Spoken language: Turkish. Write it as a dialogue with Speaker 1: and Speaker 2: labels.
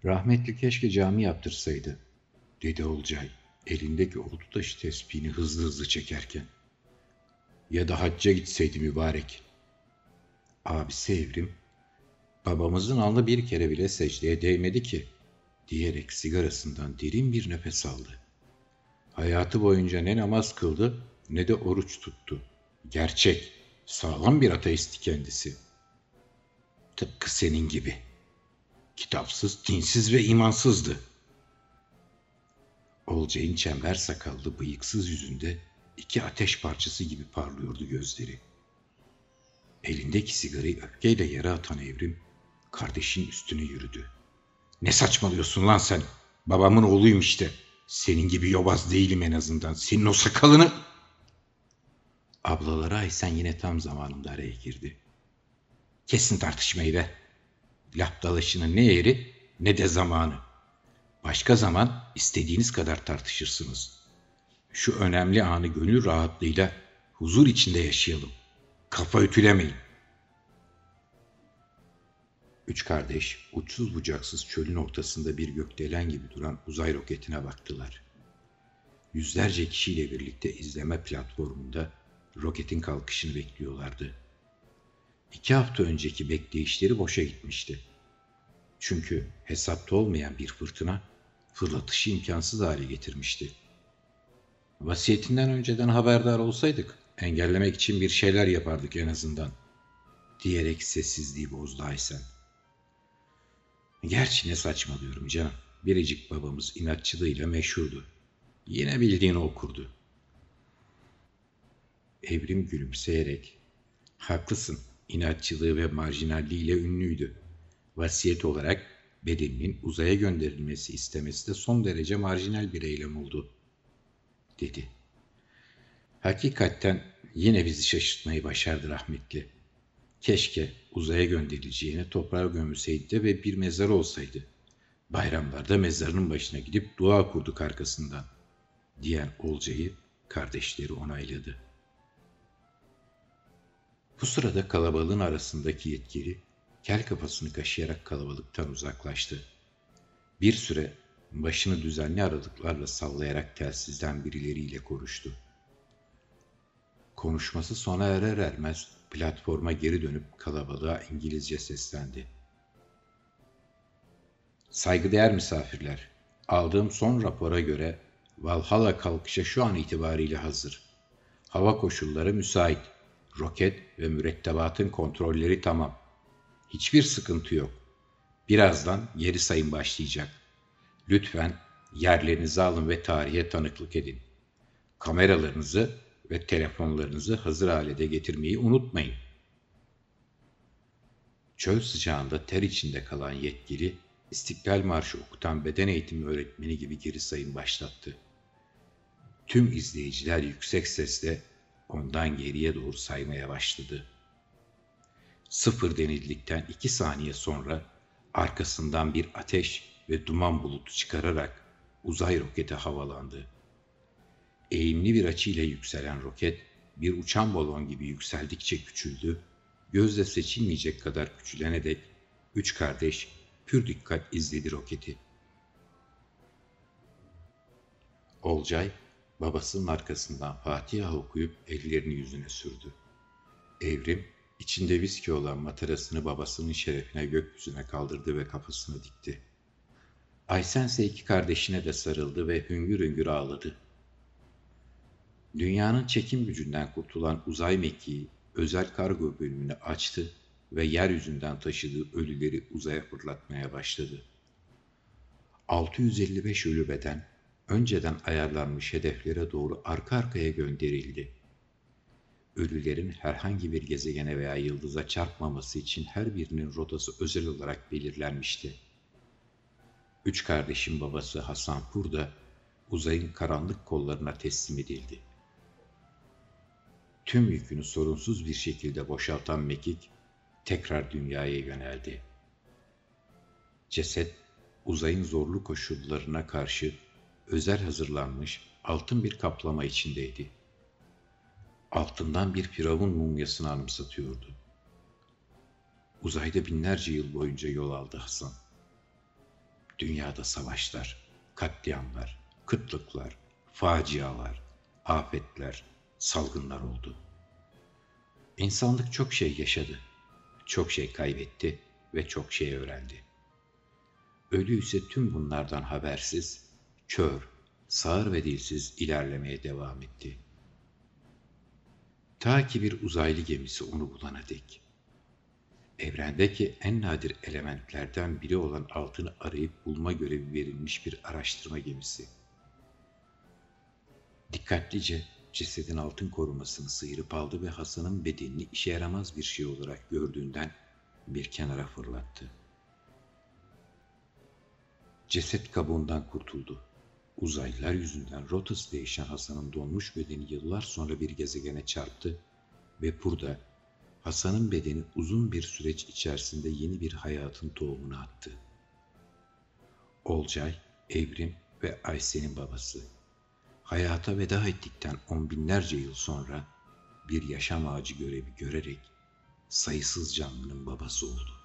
Speaker 1: Rahmetli keşke cami yaptırsaydı, dedi Olcay, elindeki oltu taşı tespihini hızlı hızlı çekerken. Ya da hacca gitseydi mübarek. Abisi Evrim, babamızın alnı bir kere bile secdeye değmedi ki, diyerek sigarasından derin bir nefes aldı. Hayatı boyunca ne namaz kıldı ne de oruç tuttu. Gerçek, sağlam bir ateisti kendisi. Tıpkı senin gibi. Kitapsız, dinsiz ve imansızdı. Olcay'ın çember sakallı, bıyıksız yüzünde iki ateş parçası gibi parlıyordu gözleri. Elindeki sigarayı öfkeyle yere atan Evrim, kardeşin üstüne yürüdü. Ne saçmalıyorsun lan sen? Babamın oğluyum işte. Senin gibi yobaz değilim en azından. Senin o sakalını... Ablaları Aysen yine tam zamanında araya girdi. Kesin tartışmayı be. Laf dalaşının ne yeri ne de zamanı. Başka zaman istediğiniz kadar tartışırsınız. Şu önemli anı gönül rahatlığıyla huzur içinde yaşayalım. Kafa ütülemeyin. Üç kardeş uçsuz bucaksız çölün ortasında bir gökdelen gibi duran uzay roketine baktılar. Yüzlerce kişiyle birlikte izleme platformunda roketin kalkışını bekliyorlardı. 2 hafta önceki bekleyişleri boşa gitmişti. Çünkü hesapta olmayan bir fırtına fırlatışı imkansız hale getirmişti. Vasiyetinden önceden haberdar olsaydık engellemek için bir şeyler yapardık en azından, diyerek sessizliği bozdu Aysen. Gerçi ne saçmalıyorum canım. Biricik babamız inatçılığıyla meşhurdu. Yine bildiğini okurdu. Evrim gülümseyerek, haklısın, inatçılığı ve marjinalliğiyle ünlüydü. Vasiyet olarak bedeninin uzaya gönderilmesi istemesi de son derece marjinal bir eylem oldu, dedi. Hakikaten yine bizi şaşırtmayı başardı rahmetli. Keşke uzaya gönderileceğine toprağa gömülseydi de ve bir mezar olsaydı. Bayramlarda mezarının başına gidip dua kurduk arkasından, diyen Olcay'ı kardeşleri onayladı. Bu sırada kalabalığın arasındaki yetkili kel kafasını kaşıyarak kalabalıktan uzaklaştı. Bir süre başını düzenli aralıklarla sallayarak telsizden birileriyle konuştu. Konuşması sona erer ermez platforma geri dönüp kalabalığa İngilizce seslendi. Saygıdeğer misafirler, aldığım son rapora göre Valhalla kalkışa şu an itibariyle hazır. Hava koşulları müsait. Roket ve mürettebatın kontrolleri tamam. Hiçbir sıkıntı yok. Birazdan geri sayım başlayacak. Lütfen yerlerinizi alın ve tarihe tanıklık edin. Kameralarınızı ve telefonlarınızı hazır hale getirmeyi unutmayın. Çöl sıcağında ter içinde kalan yetkili, İstiklal Marşı okutan beden eğitimi öğretmeni gibi geri sayım başlattı. Tüm izleyiciler yüksek sesle ondan geriye doğru saymaya başladı. 0 denildikten 2 saniye sonra arkasından bir ateş ve duman bulutu çıkararak uzay roketi havalandı. Eğimli bir açıyla yükselen roket bir uçan balon gibi yükseldikçe küçüldü, gözle seçilmeyecek kadar küçülene dek 3 kardeş pür dikkat izledi roketi. Olcay babasının arkasından Fatiha okuyup ellerini yüzüne sürdü. Evrim içinde viski olan matarasını babasının şerefine gökyüzüne kaldırdı ve kafasını dikti. Aysen ise 2 kardeşine de sarıldı ve hüngür hüngür ağladı. Dünyanın çekim gücünden kurtulan uzay mekiği özel kargo bölümünü açtı ve yeryüzünden taşıdığı ölüleri uzaya fırlatmaya başladı. 655 ölü beden önceden ayarlanmış hedeflere doğru arka arkaya gönderildi. Ölülerin herhangi bir gezegene veya yıldıza çarpmaması için her birinin rotası özel olarak belirlenmişti. 3 kardeşin babası Hasanpur da uzayın karanlık kollarına teslim edildi. Tüm yükünü sorunsuz bir şekilde boşaltan mekik tekrar dünyaya yöneldi. Ceset uzayın zorlu koşullarına karşı özel hazırlanmış altın bir kaplama içindeydi. Altından bir firavun mumyasını anımsatıyordu. Uzayda binlerce yıl boyunca yol aldı Hasan. Dünyada savaşlar, katliamlar, kıtlıklar, facialar, afetler, salgınlar oldu. İnsanlık çok şey yaşadı, çok şey kaybetti ve çok şey öğrendi. Ölü ise tüm bunlardan habersiz, kör, sağır ve dilsiz ilerlemeye devam etti. Ta ki bir uzaylı gemisi onu bulana dek. Evrendeki en nadir elementlerden biri olan altını arayıp bulma görevi verilmiş bir araştırma gemisi. Dikkatlice cesedin altın korumasını sıyırıp aldı ve Hasan'ın bedenini işe yaramaz bir şey olarak gördüğünden bir kenara fırlattı. Ceset kabuğundan kurtuldu. Uzaylılar yüzünden rotası değişen Hasan'ın donmuş bedeni yıllar sonra bir gezegene çarptı ve burada Hasan'ın bedeni uzun bir süreç içerisinde yeni bir hayatın tohumunu attı. Olcay, Evrim ve Ayşe'nin babası. Hayata veda ettikten on binlerce yıl sonra bir yaşam ağacı görevi görerek sayısız canlının babası oldu.